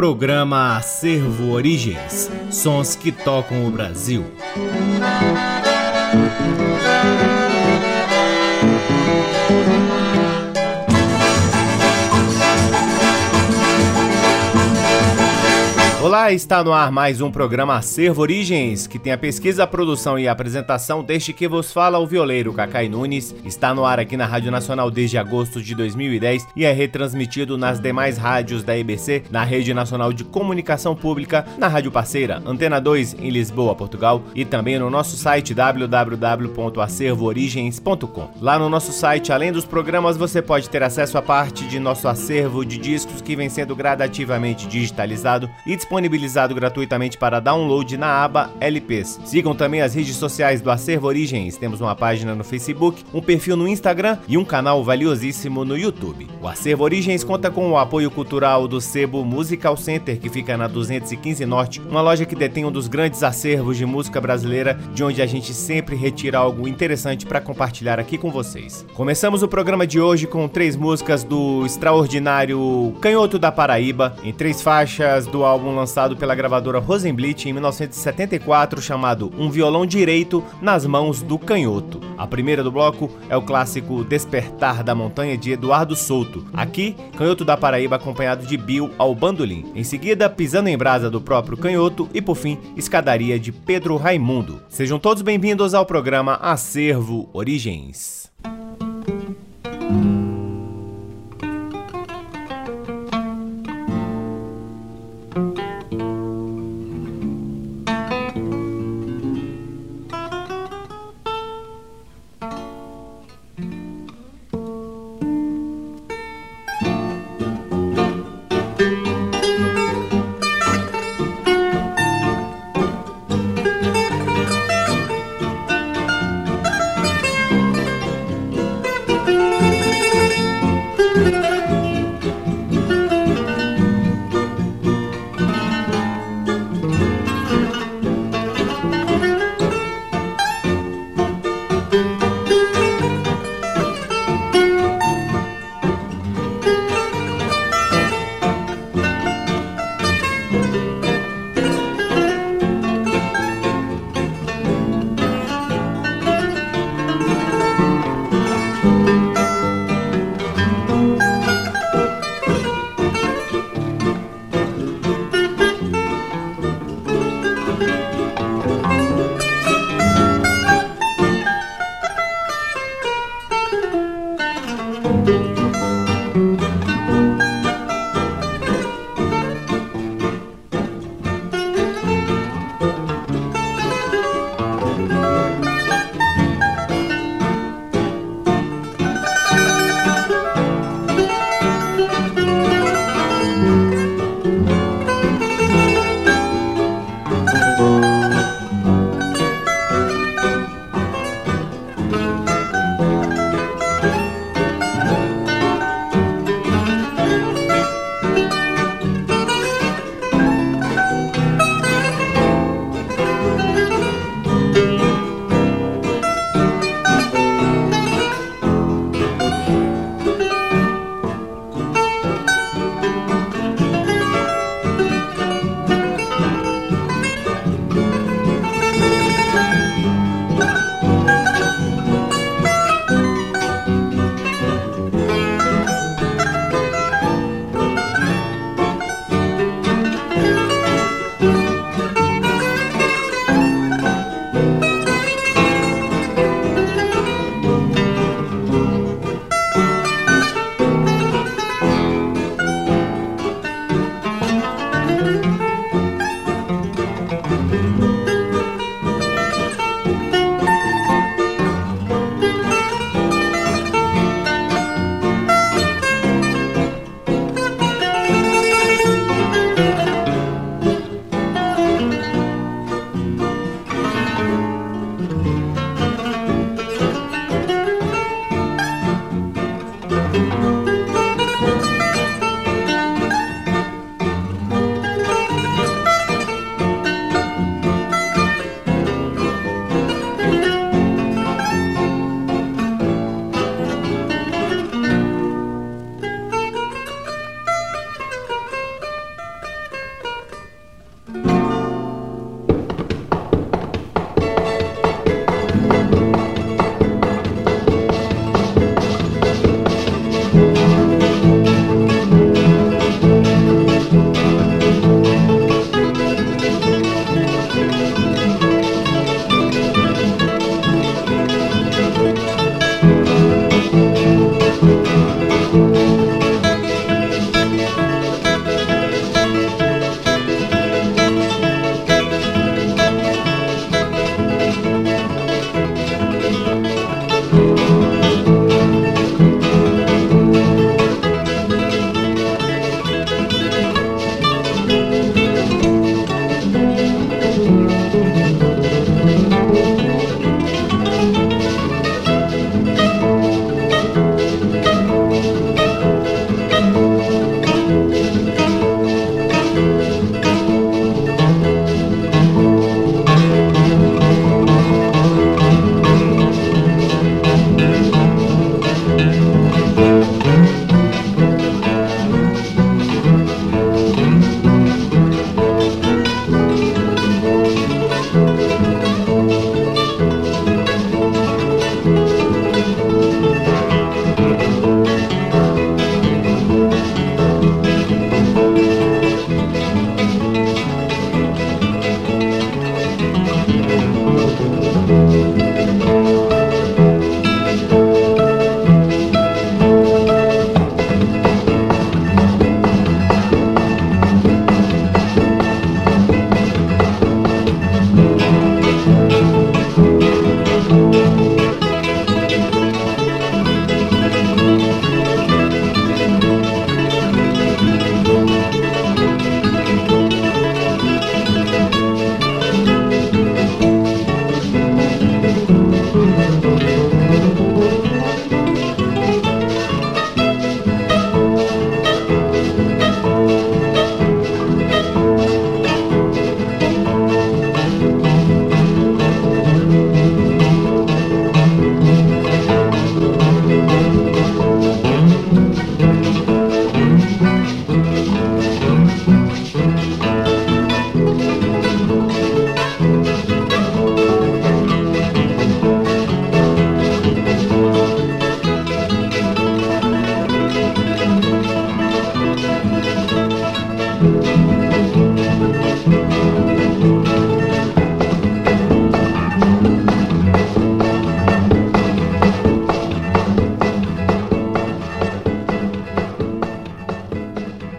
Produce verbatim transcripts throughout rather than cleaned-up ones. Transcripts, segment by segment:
Programa Acervo Origens, sons que tocam o Brasil. Olá, está no ar mais um programa Acervo Origens, que tem a pesquisa, a produção e a apresentação deste que vos fala o violeiro Cacai Nunes. Está no ar aqui na Rádio Nacional desde agosto de dois mil e dez e é retransmitido nas demais rádios da E B C, na Rede Nacional de Comunicação Pública, na rádio parceira Antena dois em Lisboa, Portugal, e também no nosso site w w w ponto acervo origens ponto com. Lá no nosso site, além dos programas, você pode ter acesso a parte de nosso acervo de discos que vem sendo gradativamente digitalizado e disponibilizado disponibilizado gratuitamente para download na aba L Ps. Sigam também as redes sociais do Acervo Origens. Temos uma página no Facebook, um perfil no Instagram e um canal valiosíssimo no YouTube. O Acervo Origens conta com o apoio cultural do Sebo Musical Center, que fica na duzentos e quinze Norte, uma loja que detém um dos grandes acervos de música brasileira, de onde a gente sempre retira algo interessante para compartilhar aqui com vocês. Começamos o programa de hoje com três músicas do extraordinário Canhoto da Paraíba, em três faixas do álbum lançado pela gravadora Rosenblit em mil novecentos e setenta e quatro, chamado Um Violão Direito nas Mãos do Canhoto. A primeira do bloco é o clássico Despertar da Montanha, de Eduardo Souto. Aqui, Canhoto da Paraíba acompanhado de Bill ao bandolim. Em seguida, Pisando em Brasa, do próprio Canhoto. E por fim, Escadaria, de Pedro Raimundo. Sejam todos bem-vindos ao programa Acervo Origens.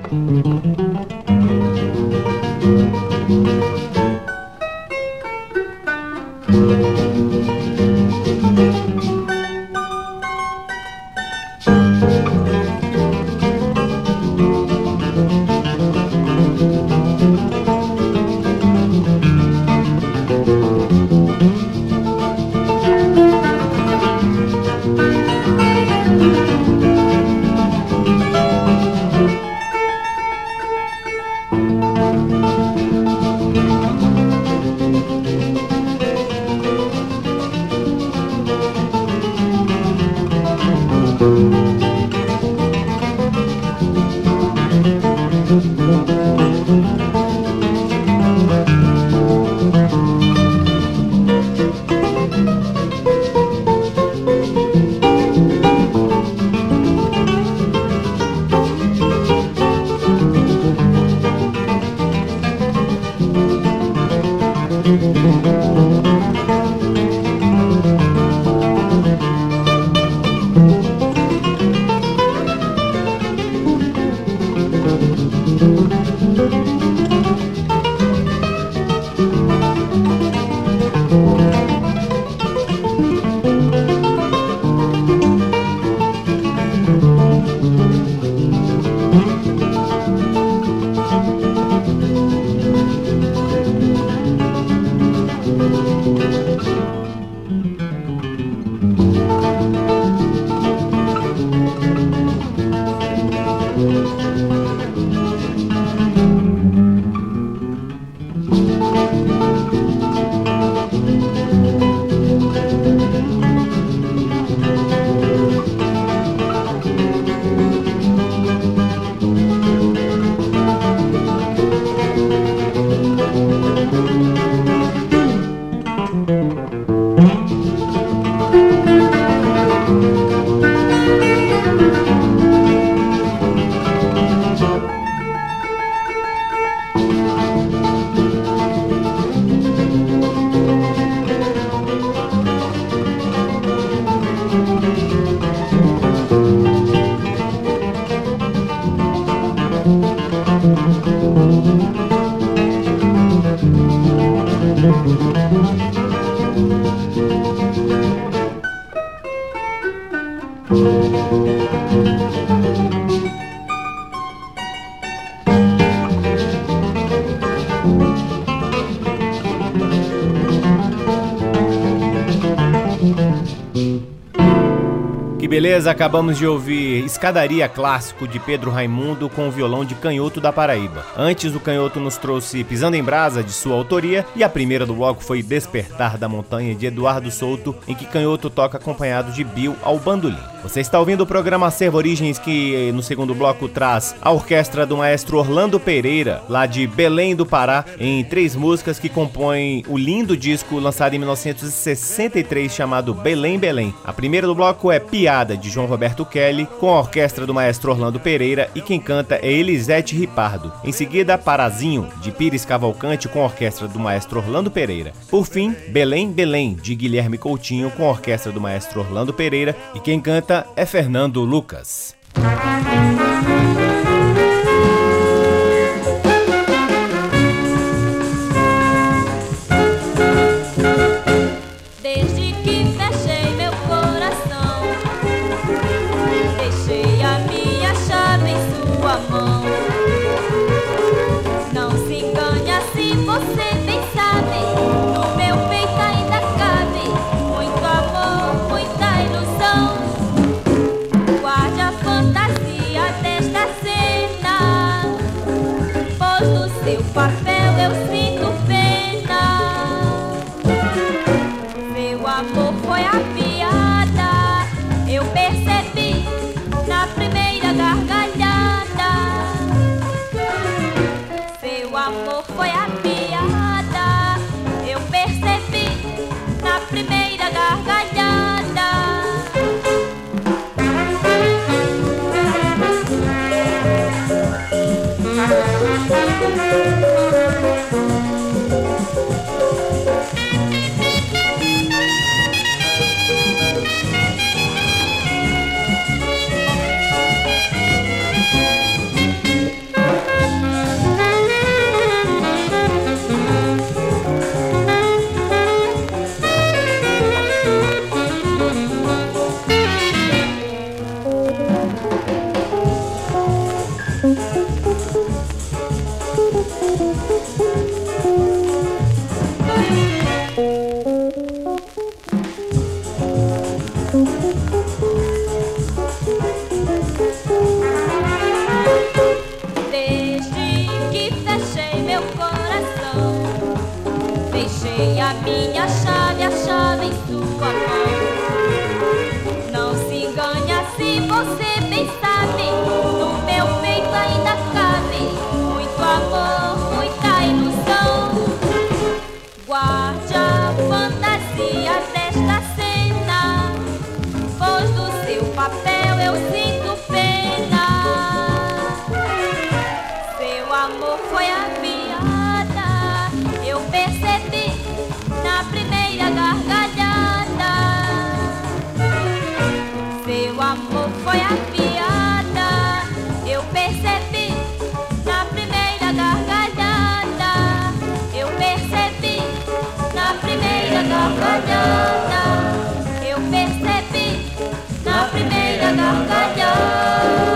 Que beleza, acabamos de ouvir Escadaria Clássico de Pedro Raimundo com o violão de Canhoto da Paraíba. Antes, o Canhoto nos trouxe Pisando em Brasa, de sua autoria, e a primeira do bloco foi Despertar da Montanha, de Eduardo Souto, em que Canhoto toca acompanhado de Bill ao bandolim. Você está ouvindo o programa Acervo Origens, que no segundo bloco traz a orquestra do maestro Orlando Pereira, lá de Belém do Pará, em três músicas que compõem o lindo disco lançado em mil novecentos e sessenta e três chamado Belém, Belém. A primeira do bloco é Piada, de João Roberto Kelly, com a orquestra do maestro Orlando Pereira, e quem canta é Elisete Ripardo. Em seguida, Parazinho, de Pires Cavalcante, com a orquestra do maestro Orlando Pereira. Por fim, Belém, Belém, de Guilherme Coutinho, com a orquestra do maestro Orlando Pereira, e quem canta é Fernando Lucas. Deixei a minha chave, a chave em sua mão. Não se engane assim, você bem sabe, no meu peito ainda cabe muito amor, muita ilusão. Guarde a fantasia desta cena, pois do seu papel eu sinto pena. Seu amor foi a piada, eu percebi na primeira gargalhada. Seu amor foi a piada, eu percebi na primeira gargalhada. Eu percebi na primeira gargalhada. Eu percebi na primeira gargalhada.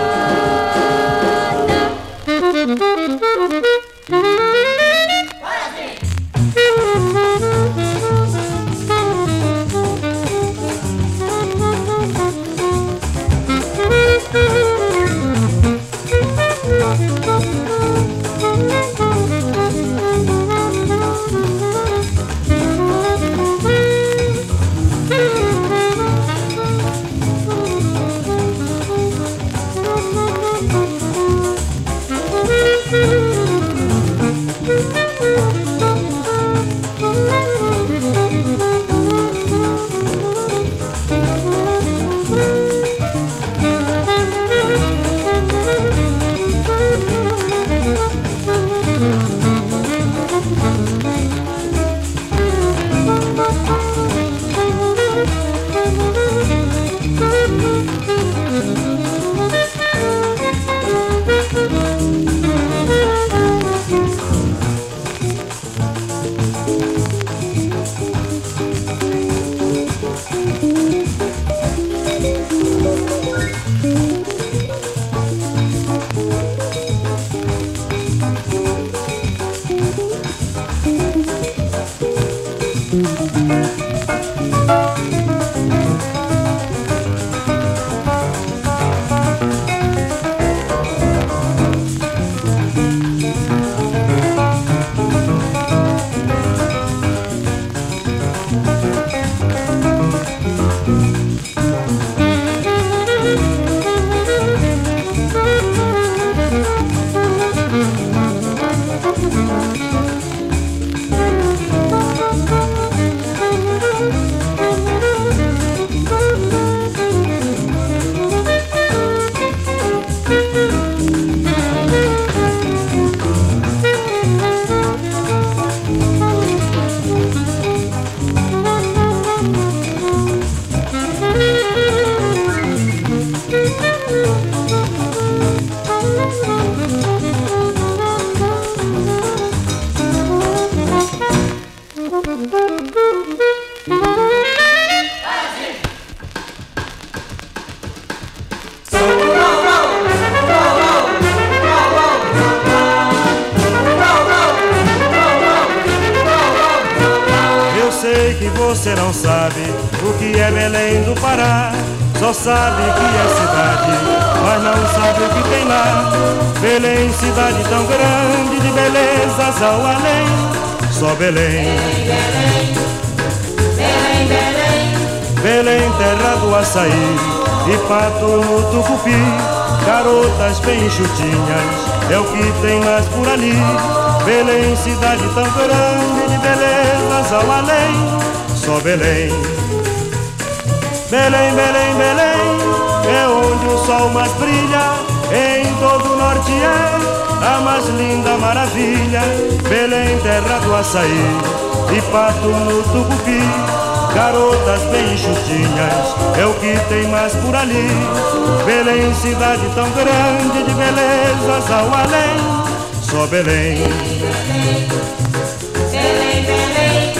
Você não sabe o que é Belém do Pará, só sabe que é cidade, mas não sabe o que tem lá. Belém, cidade tão grande, de belezas ao além, só Belém. Belém, Belém, Belém, terra do açaí e pato no tucupi, garotas bem enxutinhas, é o que tem mais por ali. Belém, cidade tão grande, de belezas ao além, só Belém. Belém, Belém, Belém, é onde o sol mais brilha, em todo o norte é a mais linda maravilha. Belém, terra do açaí e pato no tucupi, garotas bem enxutinhas, é o que tem mais por ali. Belém, cidade tão grande, de belezas ao além, só Belém. Belém, Belém,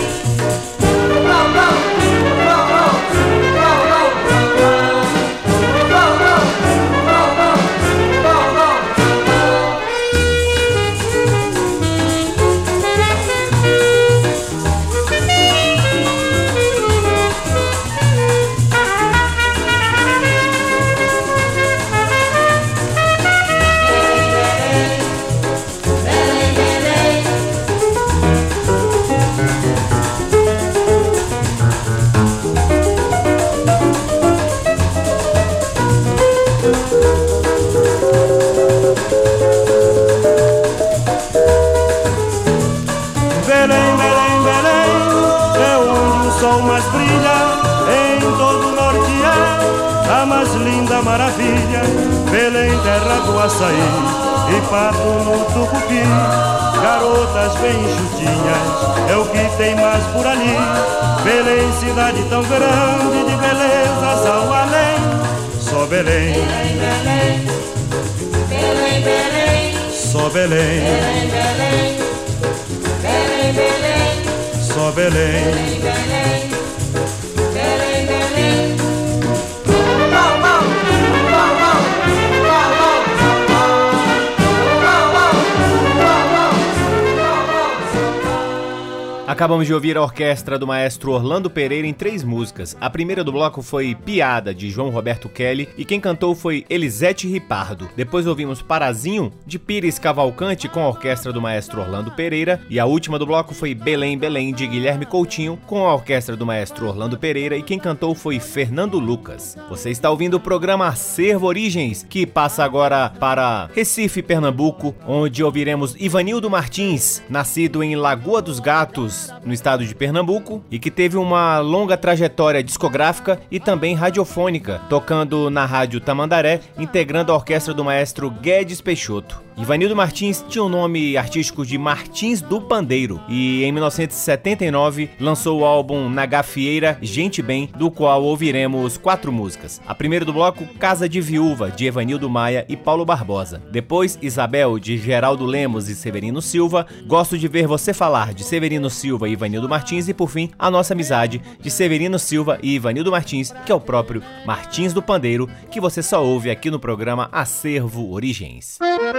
linda maravilha, Belém, terra do açaí e pato no tucupi. Garotas bem enxutinhas, é o que tem mais por ali. Belém, cidade tão grande, de belezas ao além. Só Belém, Belém, Belém, Belém, Belém, só Belém, Belém, Belém, Belém, só Belém. Belém, Belém, Belém, Belém. Acabamos de ouvir a orquestra do maestro Orlando Pereira em três músicas. A primeira do bloco foi Piada, de João Roberto Kelly, e quem cantou foi Elisete Ripardo. Depois ouvimos Parazinho, de Pires Cavalcante, com a orquestra do maestro Orlando Pereira. E a última do bloco foi Belém, Belém, de Guilherme Coutinho, com a orquestra do maestro Orlando Pereira, e quem cantou foi Fernando Lucas. Você está ouvindo o programa Acervo Origens, que passa agora para Recife, Pernambuco, onde ouviremos Ivanildo Martins, nascido em Lagoa dos Gatos, no estado de Pernambuco, e que teve uma longa trajetória discográfica e também radiofônica, tocando na Rádio Tamandaré, integrando a orquestra do maestro Guedes Peixoto. Ivanildo Martins tinha o nome artístico de Martins do Pandeiro e em mil novecentos e setenta e nove lançou o álbum Na Gafieira Gente Bem, do qual ouviremos quatro músicas. A primeira do bloco, Casa de Viúva, de Evanildo Maia e Paulo Barbosa. Depois, Isabel, de Geraldo Lemos e Severino Silva. Gosto de Ver Você Falar, de Severino Silva e Ivanildo Martins. E por fim, A Nossa Amizade, de Severino Silva e Ivanildo Martins, que é o próprio Martins do Pandeiro, que você só ouve aqui no programa Acervo Origens.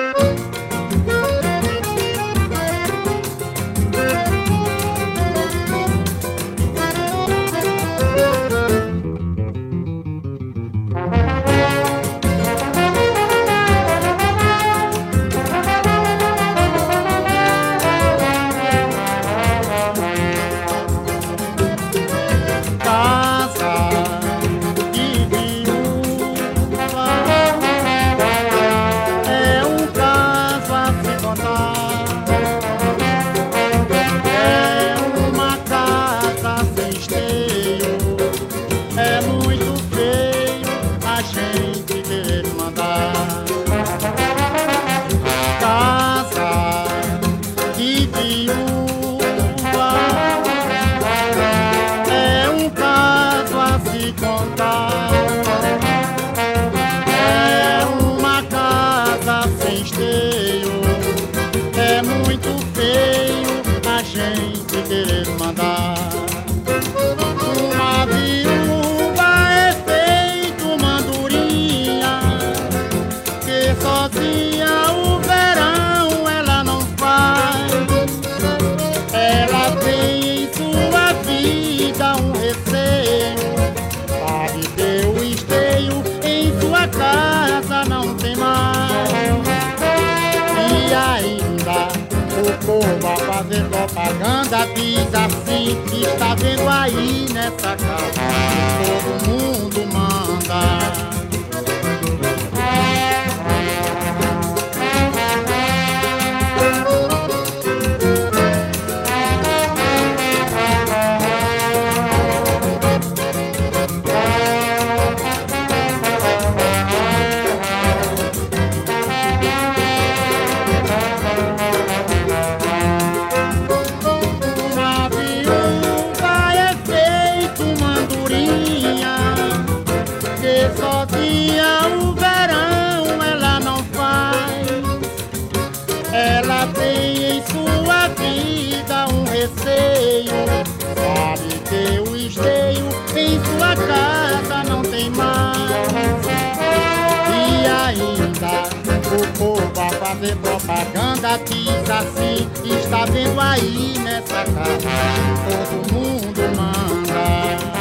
Propaganda diz assim, está vendo aí nessa casa, todo mundo manda. Sabe que o esteio em sua casa não tem mais. E ainda o povo a fazer propaganda diz assim, está vendo aí nessa casa, todo mundo manda.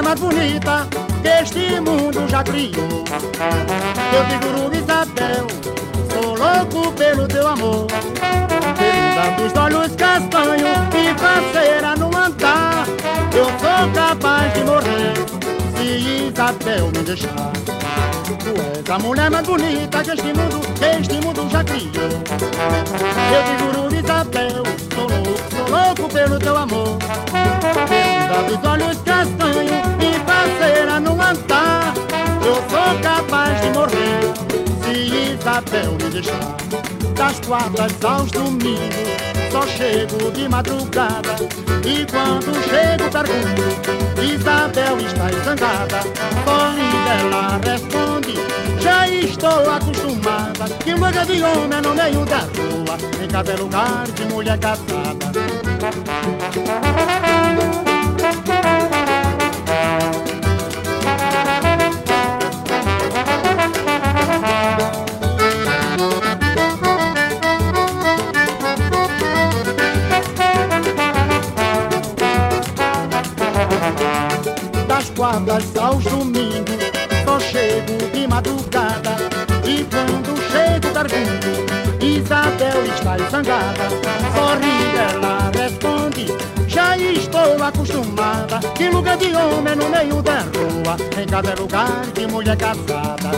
mais bonita que este mundo já criou. Eu digo, Isabel, sou louco pelo teu amor. Querida dos olhos castanhos e parceira no andar, eu sou capaz de morrer se Isabel me deixar. Tu és a mulher mais bonita que este mundo, que este mundo já criou. Eu digo, Isabel, sou louco, sou louco pelo teu amor. Querida dos olhos castanhos e parceira no andar, eu sou capaz de morrer se Isabel me deixar. Das quartas aos domingos só chego de madrugada, e quando chego pergunto, Isabel está zangada. Sorrindo ela responde, já estou acostumada, que lugar de homem no meio da rua, em casa é lugar de mulher casada. Das quartas aos domingos só chego de madrugada, e quando chego pergunto, Isabel está zangada. Sorrindo ela responde, já estou acostumada, que lugar de homem no meio da rua, em casa é lugar de mulher casada.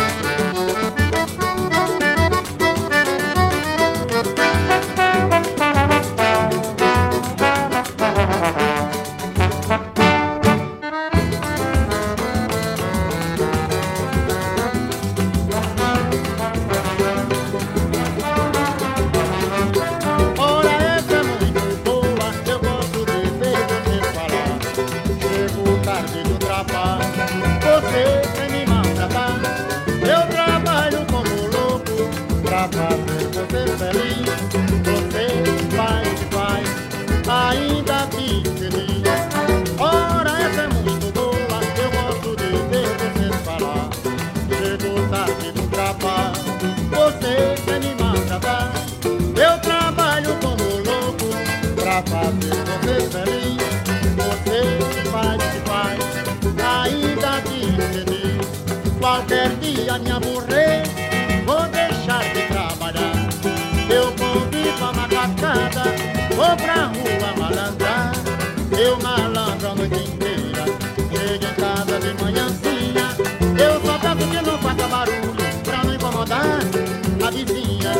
Qualquer dia me aborrer, vou deixar de trabalhar. Eu convido a macacada, vou pra rua malandrar. Eu malandro a noite inteira, chego em casa de manhãzinha. Eu só peço que não faça barulho, pra não incomodar a vizinha.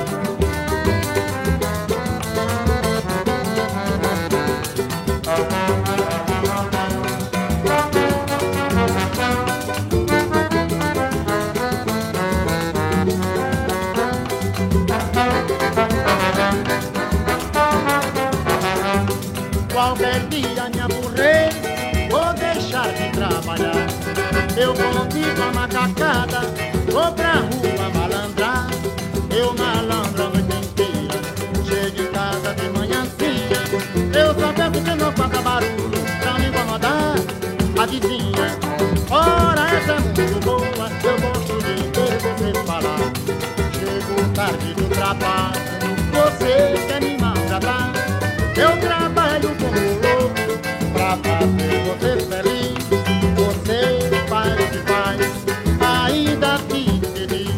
Qualquer dia me aborrer, vou deixar de trabalhar. Eu convido a macacada, vou pra rua malandrar. Eu malandro a noite inteira, chego em casa de manhãzinha. Eu só peço que não faça barulho, pra não incomodar a vizinha. Ora, essa é muito boa, eu gosto de ver você falar. Chego tarde do trabalho, você quer me maltratar. Eu trabalho como louco pra fazer você feliz. Você faz o que faz, ainda fique feliz.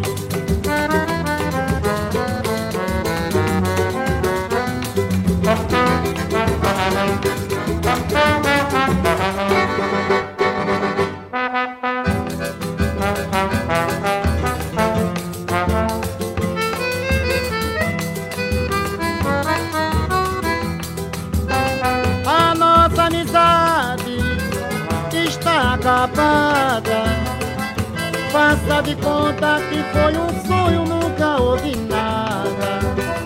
Acabada, faça de conta que foi um sonho, nunca houve nada.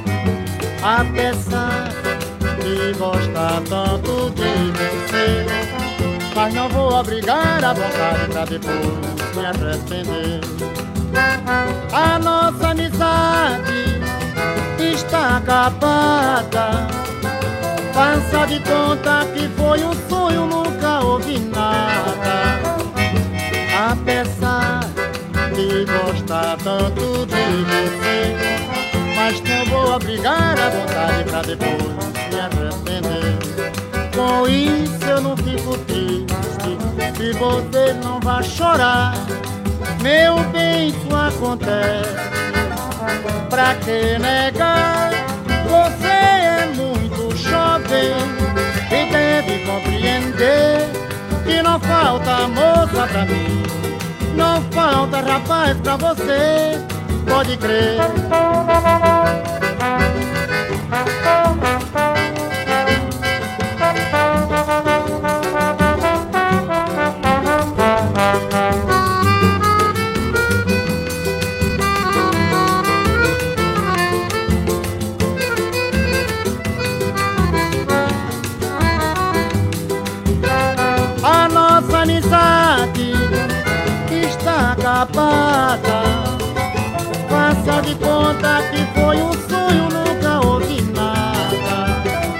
Apesar de gostar tanto de você, mas não vou obrigar a vontade pra depois me arrepender. A nossa amizade está acabada, faça de conta que foi um sonho, nunca houve nada. Apesar de gostar tanto de você, mas não vou obrigar a vontade pra depois me arrepender. Com isso eu não fico triste, se você não vai chorar, meu bem, isso acontece. Pra que negar? Você é muito jovem e deve compreender que não falta moça pra mim, não falta rapaz pra você, pode crer. A nossa amizade está acabada, faça de conta que foi um sonho, nunca houve nada.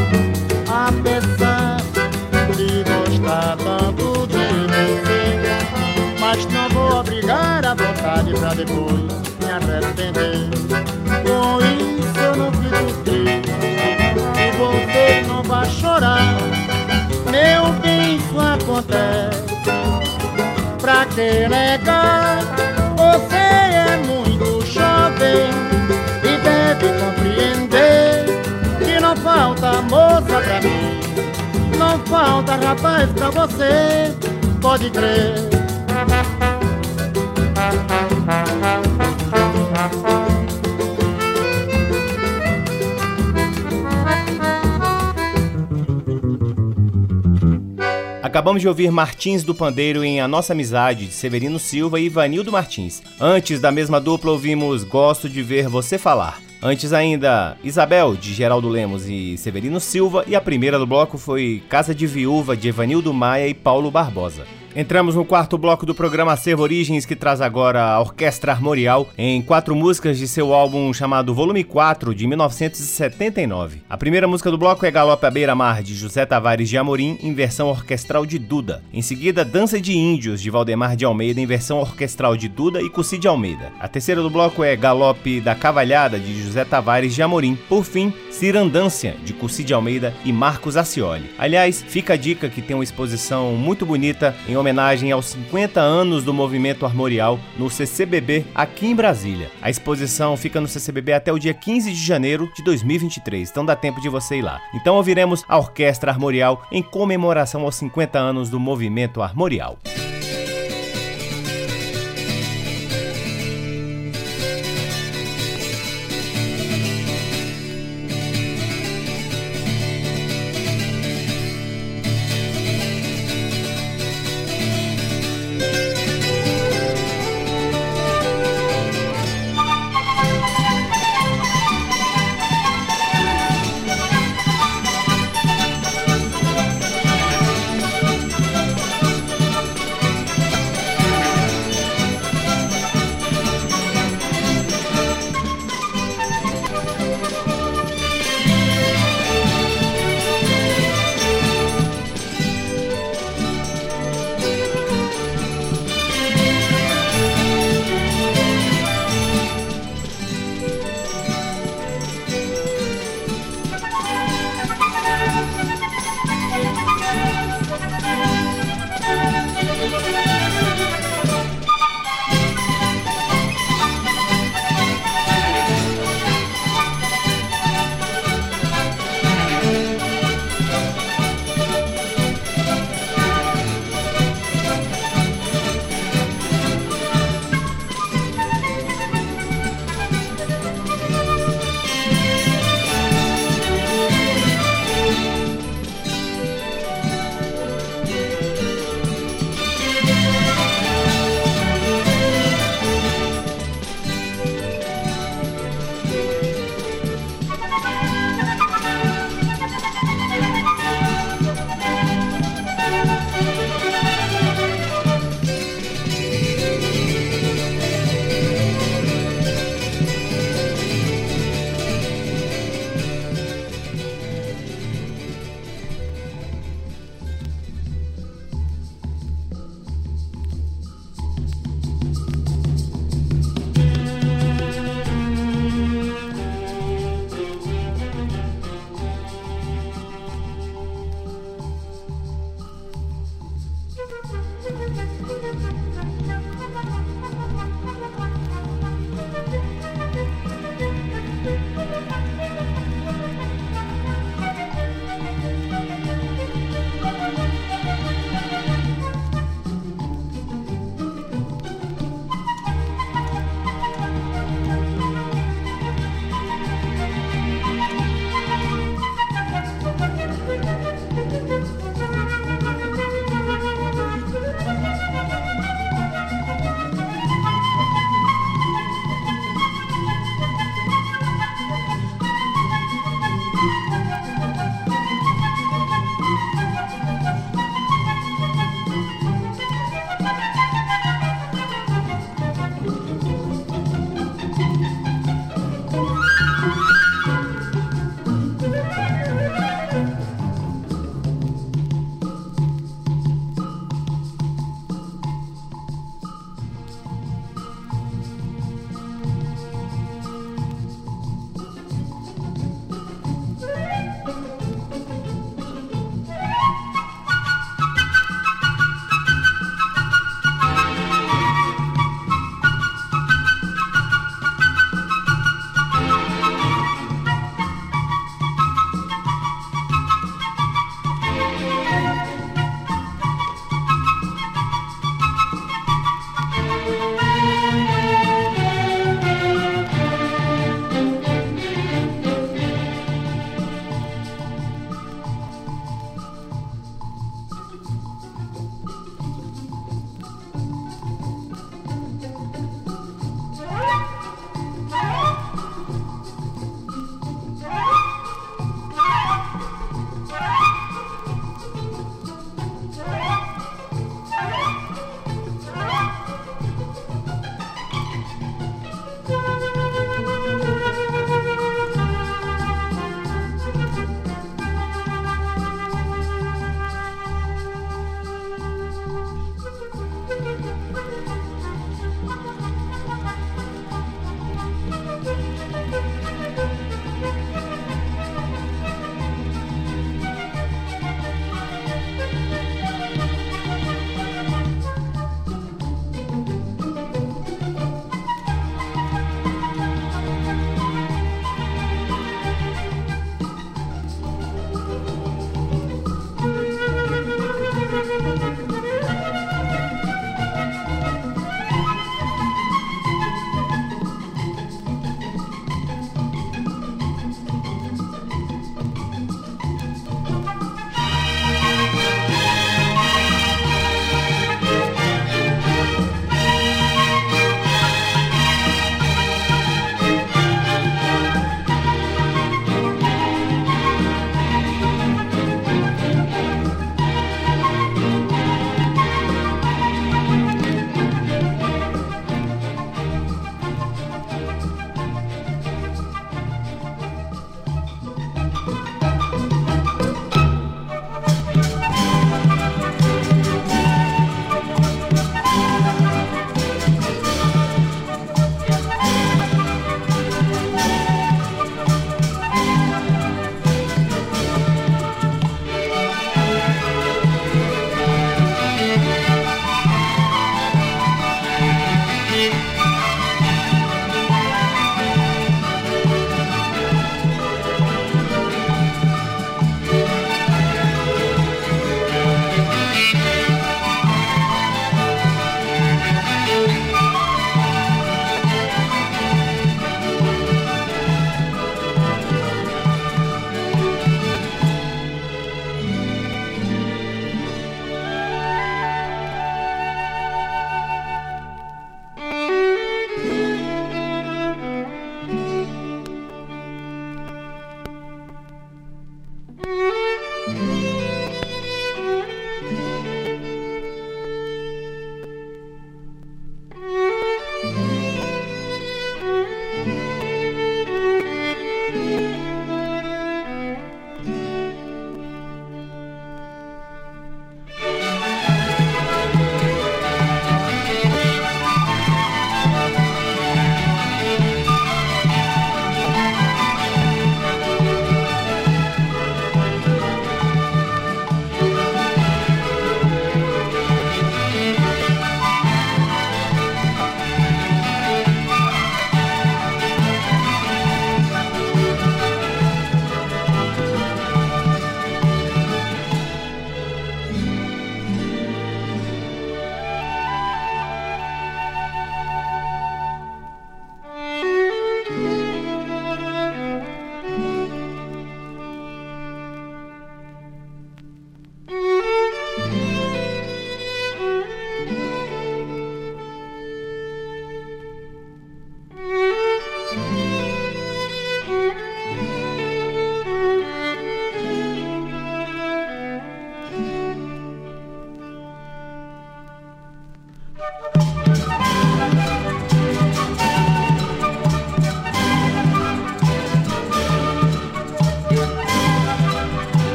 Apesar de gostar tanto de você, mas não vou obrigar a vontade pra depois me arrepender. Com isso eu não fico triste, e você não vai chorar, meu bem, isso acontece. Pra que negar? Você é muito jovem e deve compreender que não falta moça pra mim, não falta rapaz pra você, pode crer. Acabamos de ouvir Martins do Pandeiro em A Nossa Amizade, de Severino Silva e Ivanildo Martins. Antes, da mesma dupla, ouvimos Gosto de Ver Você Falar. Antes ainda, Isabel, de Geraldo Lemos e Severino Silva. E a primeira do bloco foi Casa de Viúva, de Evanildo Maia e Paulo Barbosa. Entramos no quarto bloco do programa Acervo Origens, que traz agora a Orquestra Armorial em quatro músicas de seu álbum chamado Volume quatro, de mil novecentos e setenta e nove. A primeira música do bloco é Galope à Beira-Mar, de José Tavares de Amorim, em versão orquestral de Duda. Em seguida, Dança de Índios, de Valdemar de Almeida, em versão orquestral de Duda e Cussi de Almeida. A terceira do bloco é Galope da Cavalhada, de José Tavares de Amorim. Por fim, Cirandância, de Cussi de Almeida e Marcos Acioli. Aliás, fica a dica que tem uma exposição muito bonita em homenagem aos cinquenta anos do movimento armorial no C C B B aqui em Brasília. A exposição fica no C C B B até o dia quinze de janeiro de dois mil e vinte e três, então dá tempo de você ir lá. Então ouviremos a Orquestra Armorial em comemoração aos cinquenta anos do movimento armorial.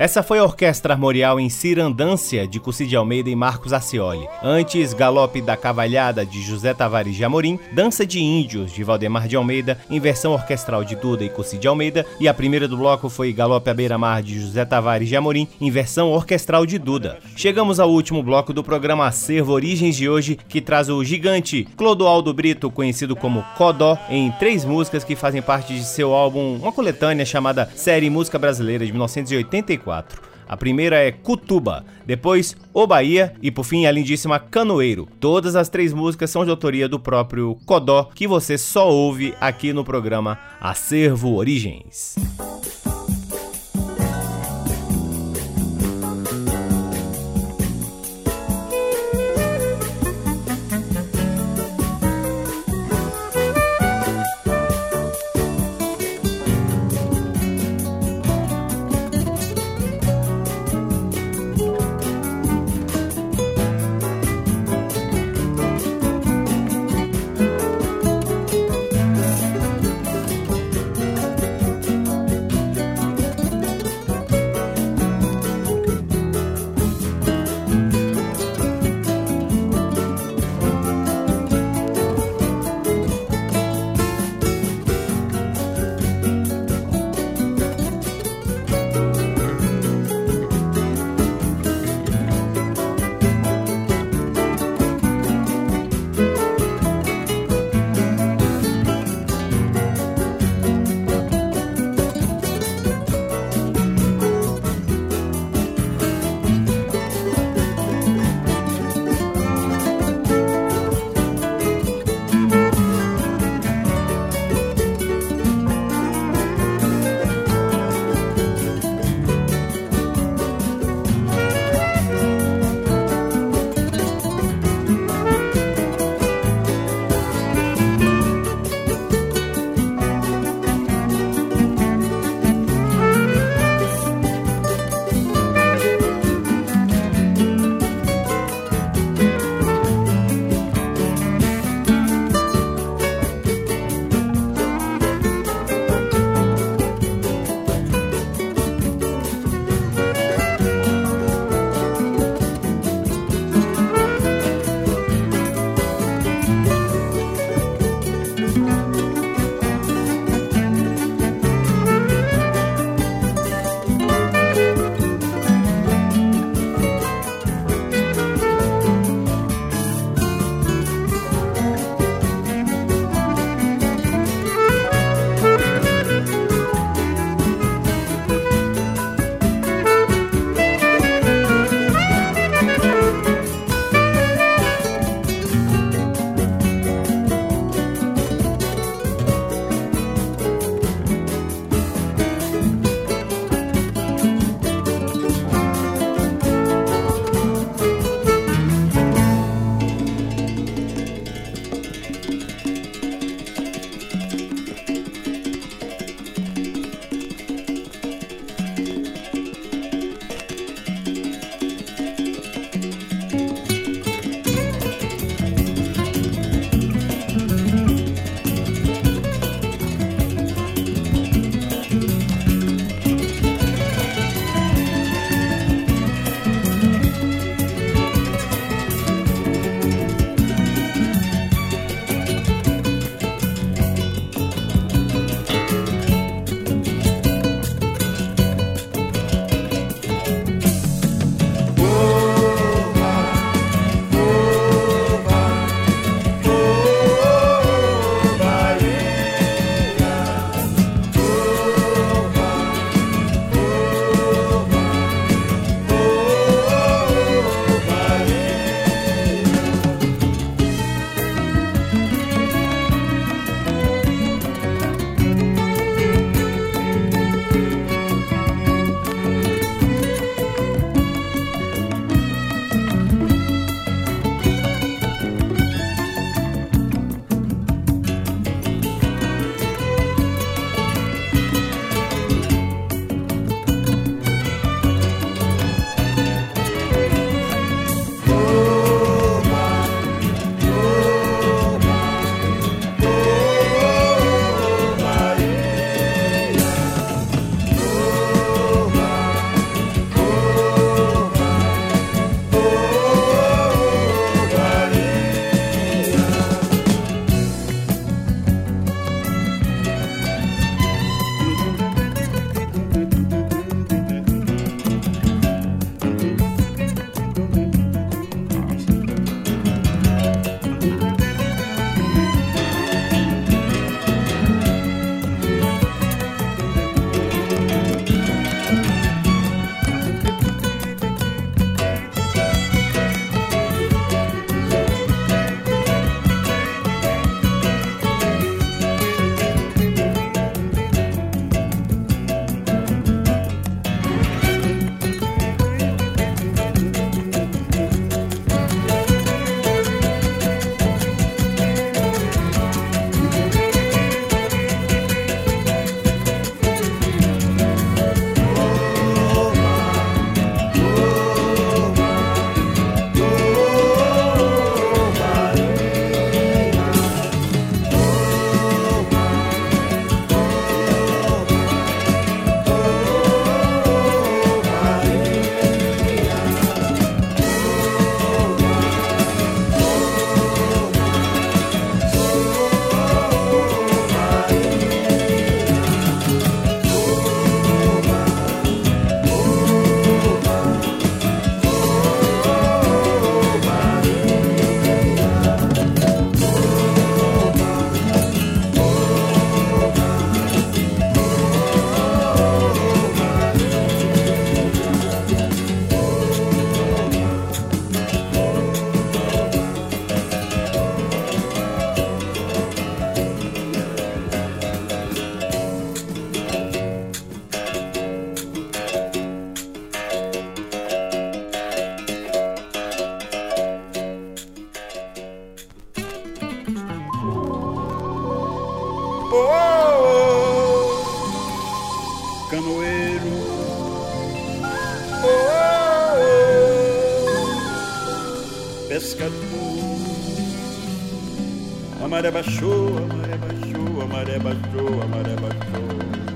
Essa foi a Orquestra Armorial em Cirandância, de Cussi de Almeida e Marcos Acioli. Antes, Galope da Cavalhada, de José Tavares de Amorim, Dança de Índios, de Valdemar de Almeida, em versão orquestral de Duda e Cussi de Almeida, e a primeira do bloco foi Galope à Beira-Mar, de José Tavares de Amorim, em versão orquestral de Duda. Chegamos ao último bloco do programa Acervo Origens de hoje, que traz o gigante Clodoaldo Brito, conhecido como Codó, em três músicas que fazem parte de seu álbum, uma coletânea chamada Série Música Brasileira, de mil novecentos e oitenta e quatro. A primeira é Cutuba, depois O Bahia e por fim a lindíssima Canoeiro. Todas as três músicas são de autoria do próprio Codó, que você só ouve aqui no programa Acervo Origens. canoeiro. Oh, oh, oh, pescador. A maré baixou, a maré baixou, a maré baixou, a maré baixou.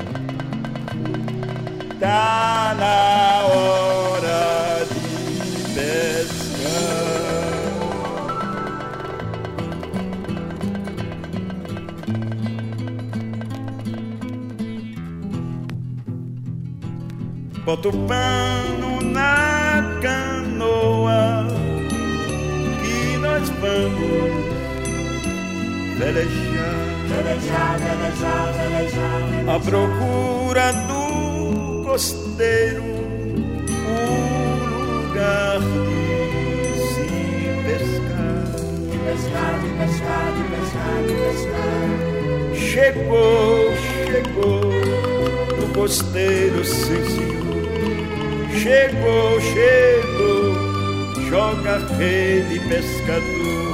Tá na hora de pescar. Bota o pano na canoa que nós vamos velejar, velejar, velejar, velejar, velejar. À procura do costeiro, um lugar de se pescar, de pescar, de pescar, de pescar, de pescar. Chegou, chegou no costeiro, sim, senhor. Chegou, chegou, joga rede pescador.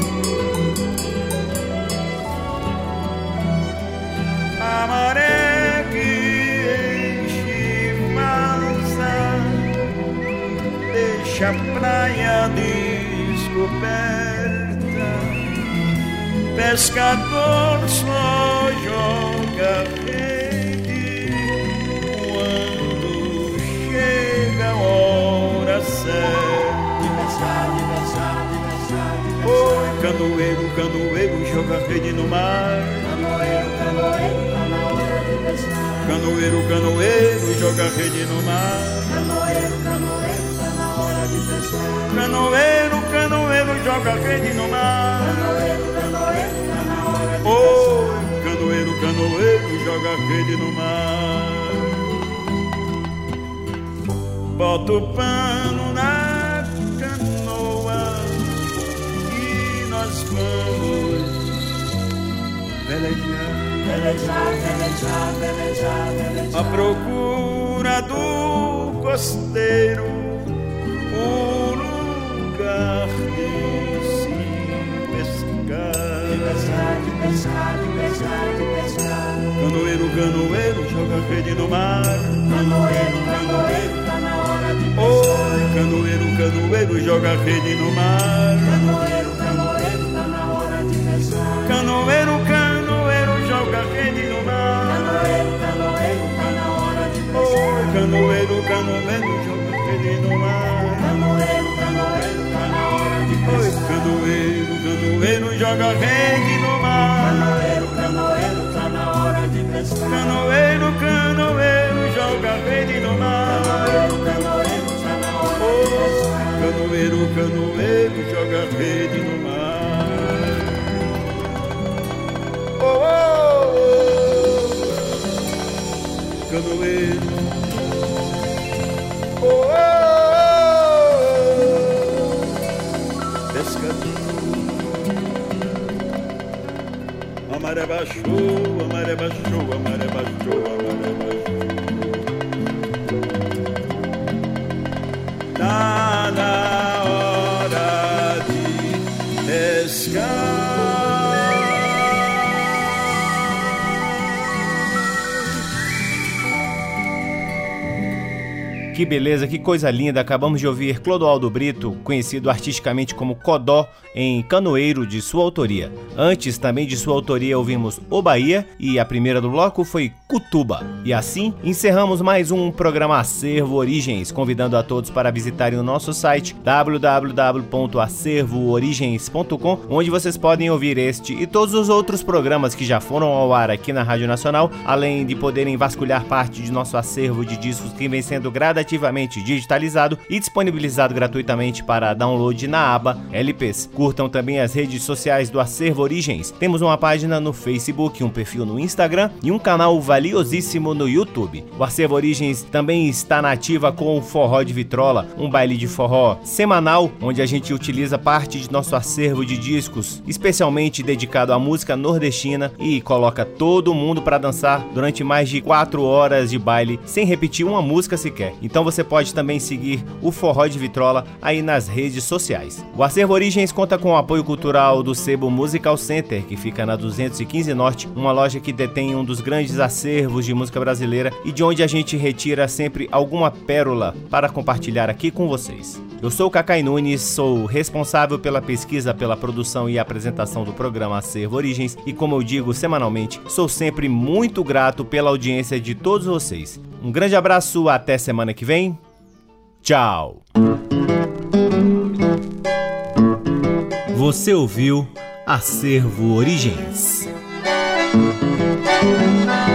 A maré que enche mansa deixa a praia descoberta. Pescador só joga rede quando chega a hora certa. De pescar, de pescar, de pescar, de pescar. Oi, canoeiro, canoeiro, joga rede no mar. Canoeiro, canoeiro, tá na hora de pescar. Canoeiro, canoeiro, joga rede no mar. Canoeiro, canoeiro, tá na hora de pescar. Canoeiro, canoeiro, joga rede no mar. Canoeiro, canoeiro, tá na hora de pescar. Oi, canoeiro, canoeiro, joga rede no mar. Bota o pano na canoa e nós vamos velejar, velejar, velejar, velejar, velejar. À procura do costeiro, um lugar de se pescar, de pescar, de pescar, de pescar, de pescar. Canoeiro, canoeiro, joga rede no mar. Canoeiro, canoeiro, tá na hora de pescar. Oi, canoeiro, canoeiro, joga rede no mar. Canoeiro, canoeiro, tá na hora de pescar. Canoeiro, canoeiro, joga rede no mar. Canoeiro, canoeiro, tá na hora de pescar. Oi, canoeiro, canoeiro, joga rede no mar. Canoeiro, canoeiro, tá na hora de pescar. Oi, canoeiro, canoeiro, joga rede no mar. Canoeiro, canoeiro, tá na hora de pescar. Canoeiro, canoeiro, joga rede no mar. Canoeiro, canoeiro, tá na hora de pescar. Canoeiro, canoeiro, joga rede no mar. Oh, oh, oh. Canoeiro. Oh, oh, oh. Pescador. A maré baixou, a maré baixou, a maré baixou, a maré baixou. Tá na hora de pescar. Que beleza, que coisa linda. Acabamos de ouvir Clodoaldo Brito, conhecido artisticamente como Codó, em Canoeiro, de sua autoria. Antes, também de sua autoria, ouvimos O Bahia e a primeira do bloco foi Cutuba. E assim, encerramos mais um programa Acervo Origens, convidando a todos para visitarem o nosso site w w w ponto acervo origens ponto com, onde vocês podem ouvir este e todos os outros programas que já foram ao ar aqui na Rádio Nacional, além de poderem vasculhar parte de nosso acervo de discos que vem sendo gradativamente digitalizado e disponibilizado gratuitamente para download na aba L Ps. Curtam também as redes sociais do Acervo Origens. Temos uma página no Facebook, um perfil no Instagram e um canal valiosíssimo no YouTube. O Acervo Origens também está na ativa com o Forró de Vitrola, um baile de forró semanal, onde a gente utiliza parte de nosso acervo de discos, especialmente dedicado à música nordestina, e coloca todo mundo para dançar durante mais de quatro horas de baile, sem repetir uma música sequer. Então você pode também seguir o Forró de Vitrola aí nas redes sociais. O Acervo Origens conta com o apoio cultural do Sebo Musical Center, que fica na duzentos e quinze Norte, uma loja que detém um dos grandes acervos acervos de música brasileira e de onde a gente retira sempre alguma pérola para compartilhar aqui com vocês. Eu sou o Cacai Nunes, sou responsável pela pesquisa, pela produção e apresentação do programa Acervo Origens e, como eu digo semanalmente, sou sempre muito grato pela audiência de todos vocês. Um grande abraço, até semana que vem. Tchau! Você ouviu Acervo Origens.